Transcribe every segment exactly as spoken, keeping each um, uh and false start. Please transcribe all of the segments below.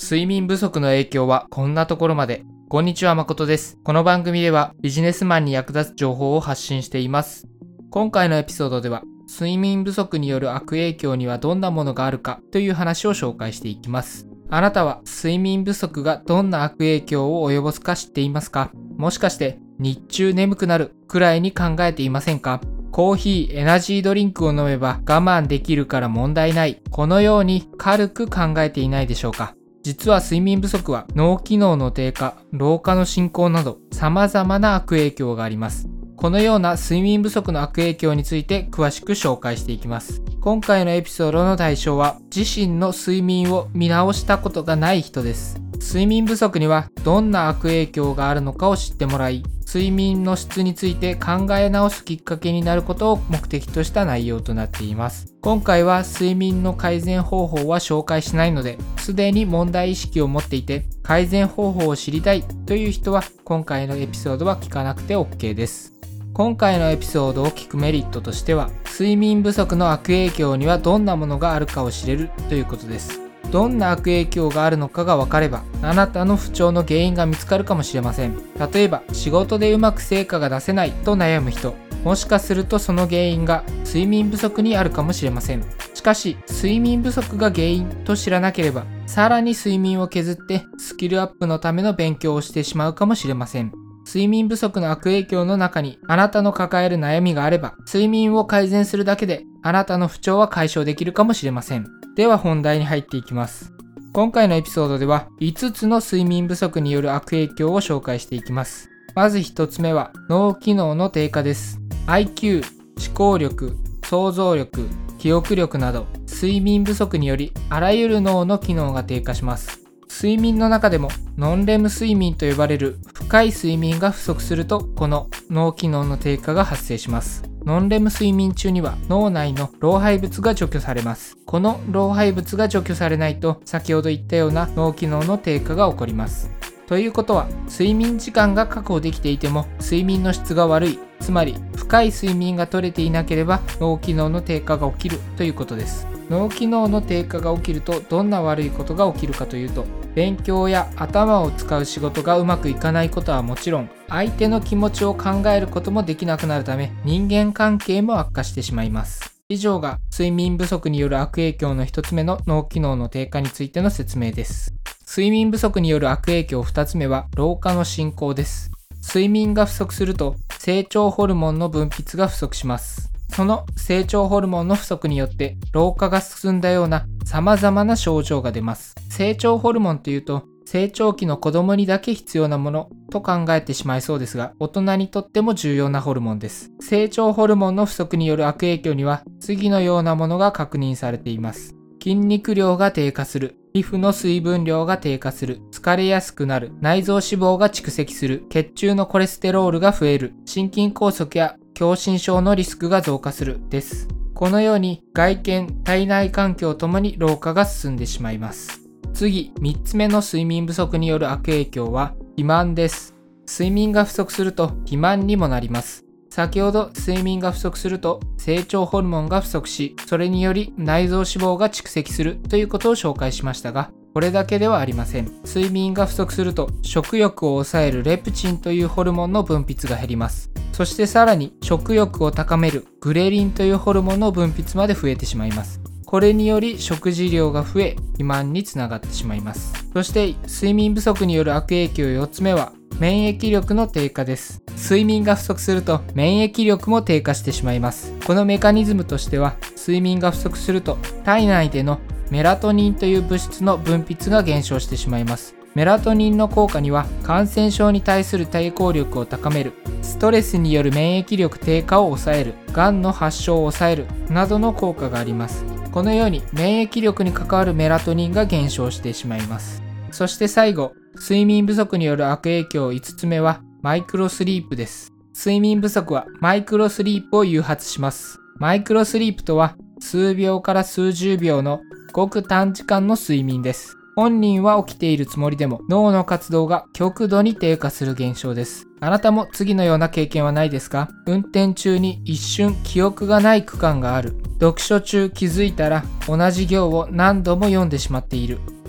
睡眠不足の影響はこんなところまで。こんにちは、誠です。この番組ではビジネスマンに役立つ情報を発信しています。今回のエピソードでは、睡眠不足による悪影響にはどんなものがあるかという話を紹介していきます。あなたは睡眠不足がどんな悪影響を及ぼすか知っていますか？もしかして日中眠くなるくらいに考えていませんか？コーヒー、エナジードリンクを飲めば我慢できるから問題ない。このように軽く考えていないでしょうか？実は睡眠不足は脳機能の低下、老化の進行など様々な悪影響があります。このような睡眠不足の悪影響について詳しく紹介していきます。今回のエピソードの対象は自身の睡眠を見直したことがない人です。睡眠不足にはどんな悪影響があるのかを知ってもらい、睡眠の質について考え直すきっかけになることを目的とした内容となっています。今回は睡眠の改善方法は紹介しないので、すでに問題意識を持っていて改善方法を知りたいという人は今回のエピソードは聞かなくて OK です。今回のエピソードを聞くメリットとしては、睡眠不足の悪影響にはどんなものがあるかを知れるということです。どんな悪影響があるのかが分かれば、あなたの不調の原因が見つかるかもしれません。例えば、仕事でうまく成果が出せないと悩む人、もしかするとその原因が睡眠不足にあるかもしれません。しかし、睡眠不足が原因と知らなければ、さらに睡眠を削ってスキルアップのための勉強をしてしまうかもしれません。睡眠不足の悪影響の中にあなたの抱える悩みがあれば、睡眠を改善するだけであなたの不調は解消できるかもしれません。では本題に入っていきます。今回のエピソードではいつつの睡眠不足による悪影響を紹介していきます。まずひとつめは脳機能の低下です。アイキュー、思考力、想像力、記憶力など睡眠不足によりあらゆる脳の機能が低下します。睡眠の中でもノンレム睡眠と呼ばれる深い睡眠が不足すると、この脳機能の低下が発生します。ノンレム睡眠中には脳内の老廃物が除去されます。この老廃物が除去されないと、先ほど言ったような脳機能の低下が起こります。ということは、睡眠時間が確保できていても睡眠の質が悪い、つまり深い睡眠が取れていなければ脳機能の低下が起きるということです。脳機能の低下が起きるとどんな悪いことが起きるかというと、勉強や頭を使う仕事がうまくいかないことはもちろん、相手の気持ちを考えることもできなくなるため、人間関係も悪化してしまいます。以上が睡眠不足による悪影響のひとつめの脳機能の低下についての説明です。睡眠不足による悪影響ふたつめは老化の進行です。睡眠が不足すると成長ホルモンの分泌が不足します。その成長ホルモンの不足によって老化が進んだような様々な症状が出ます。成長ホルモンというと成長期の子供にだけ必要なものと考えてしまいそうですが、大人にとっても重要なホルモンです。成長ホルモンの不足による悪影響には次のようなものが確認されています。筋肉量が低下する、皮膚の水分量が低下する、疲れやすくなる、内臓脂肪が蓄積する、血中のコレステロールが増える、心筋梗塞や狭心症のリスクが増加するです。このように外見、体内環境ともに老化が進んでしまいます。次、みっつめの睡眠不足による悪影響は肥満です。睡眠が不足すると肥満にもなります。先ほど睡眠が不足すると成長ホルモンが不足し、それにより内臓脂肪が蓄積するということを紹介しましたが、これだけではありません。睡眠が不足すると食欲を抑えるレプチンというホルモンの分泌が減ります。そしてさらに食欲を高めるグレリンというホルモンの分泌まで増えてしまいます。これにより食事量が増え、肥満につながってしまいます。そして睡眠不足による悪影響よっつめは免疫力の低下です。睡眠が不足すると免疫力も低下してしまいます。このメカニズムとしては、睡眠が不足すると体内でのメラトニンという物質の分泌が減少してしまいます。メラトニンの効果には感染症に対する抵抗力を高める、ストレスによる免疫力低下を抑える、がんの発症を抑えるなどの効果があります。このように免疫力に関わるメラトニンが減少してしまいます。そして最後、睡眠不足による悪影響いつつめはマイクロスリープです。睡眠不足はマイクロスリープを誘発します。マイクロスリープとは数秒から数十秒のごく短時間の睡眠です。本人は起きているつもりでも脳の活動が極度に低下する現象です。あなたも次のような経験はないですか？運転中に一瞬記憶がない区間がある。読書中気づいたら同じ行を何度も読んでしまっている。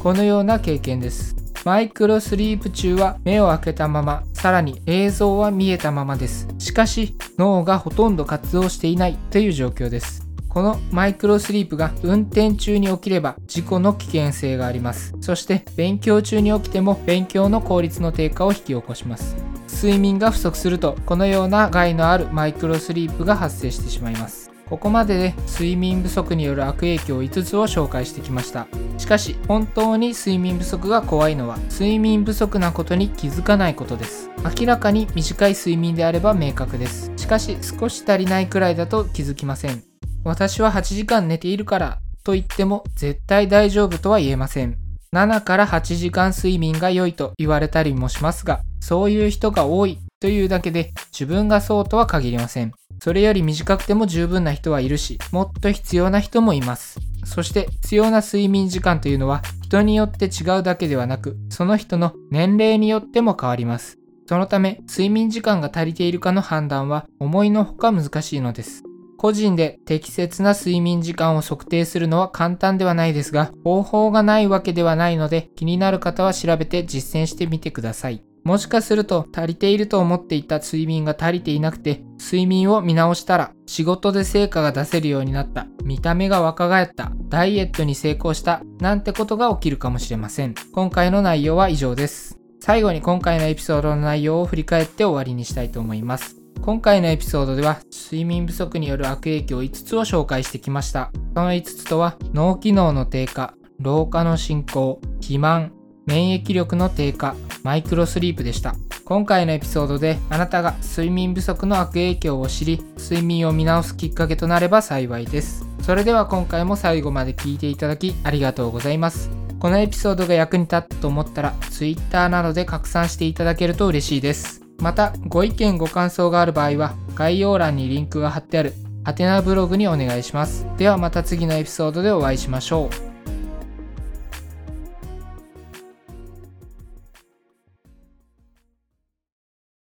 このような経験です。マイクロスリープ中は目を開けたまま、さらに映像は見えたままです。しかし脳がほとんど活動していないという状況です。このマイクロスリープが運転中に起きれば事故の危険性があります。そして勉強中に起きても勉強の効率の低下を引き起こします。睡眠が不足するとこのような害のあるマイクロスリープが発生してしまいます。ここまでで睡眠不足による悪影響いつつを紹介してきました。しかし本当に睡眠不足が怖いのは睡眠不足なことに気づかないことです。明らかに短い睡眠であれば明確です。しかし少し足りないくらいだと気づきません。私ははちじかん寝ているからと言っても絶対大丈夫とは言えません。ななからはちじかん睡眠が良いと言われたりもしますが、そういう人が多いというだけで自分がそうとは限りません。それより短くても十分な人はいるし、もっと必要な人もいます。そして必要な睡眠時間というのは人によって違うだけではなく、その人の年齢によっても変わります。そのため睡眠時間が足りているかの判断は思いのほか難しいのです。個人で適切な睡眠時間を測定するのは簡単ではないですが、方法がないわけではないので、気になる方は調べて実践してみてください。もしかすると足りていると思っていた睡眠が足りていなくて、睡眠を見直したら仕事で成果が出せるようになった、見た目が若返った、ダイエットに成功した、なんてことが起きるかもしれません。今回の内容は以上です。最後に今回のエピソードの内容を振り返って終わりにしたいと思います。今回のエピソードでは睡眠不足による悪影響いつつを紹介してきました。そのいつつとは脳機能の低下、老化の進行、肥満、免疫力の低下、マイクロスリープでした。今回のエピソードであなたが睡眠不足の悪影響を知り、睡眠を見直すきっかけとなれば幸いです。それでは今回も最後まで聞いていただきありがとうございます。このエピソードが役に立ったと思ったら Twitter などで拡散していただけると嬉しいです。またご意見ご感想がある場合は概要欄にリンクが貼ってあるハテナブログにお願いします。ではまた次のエピソードでお会いしましょう。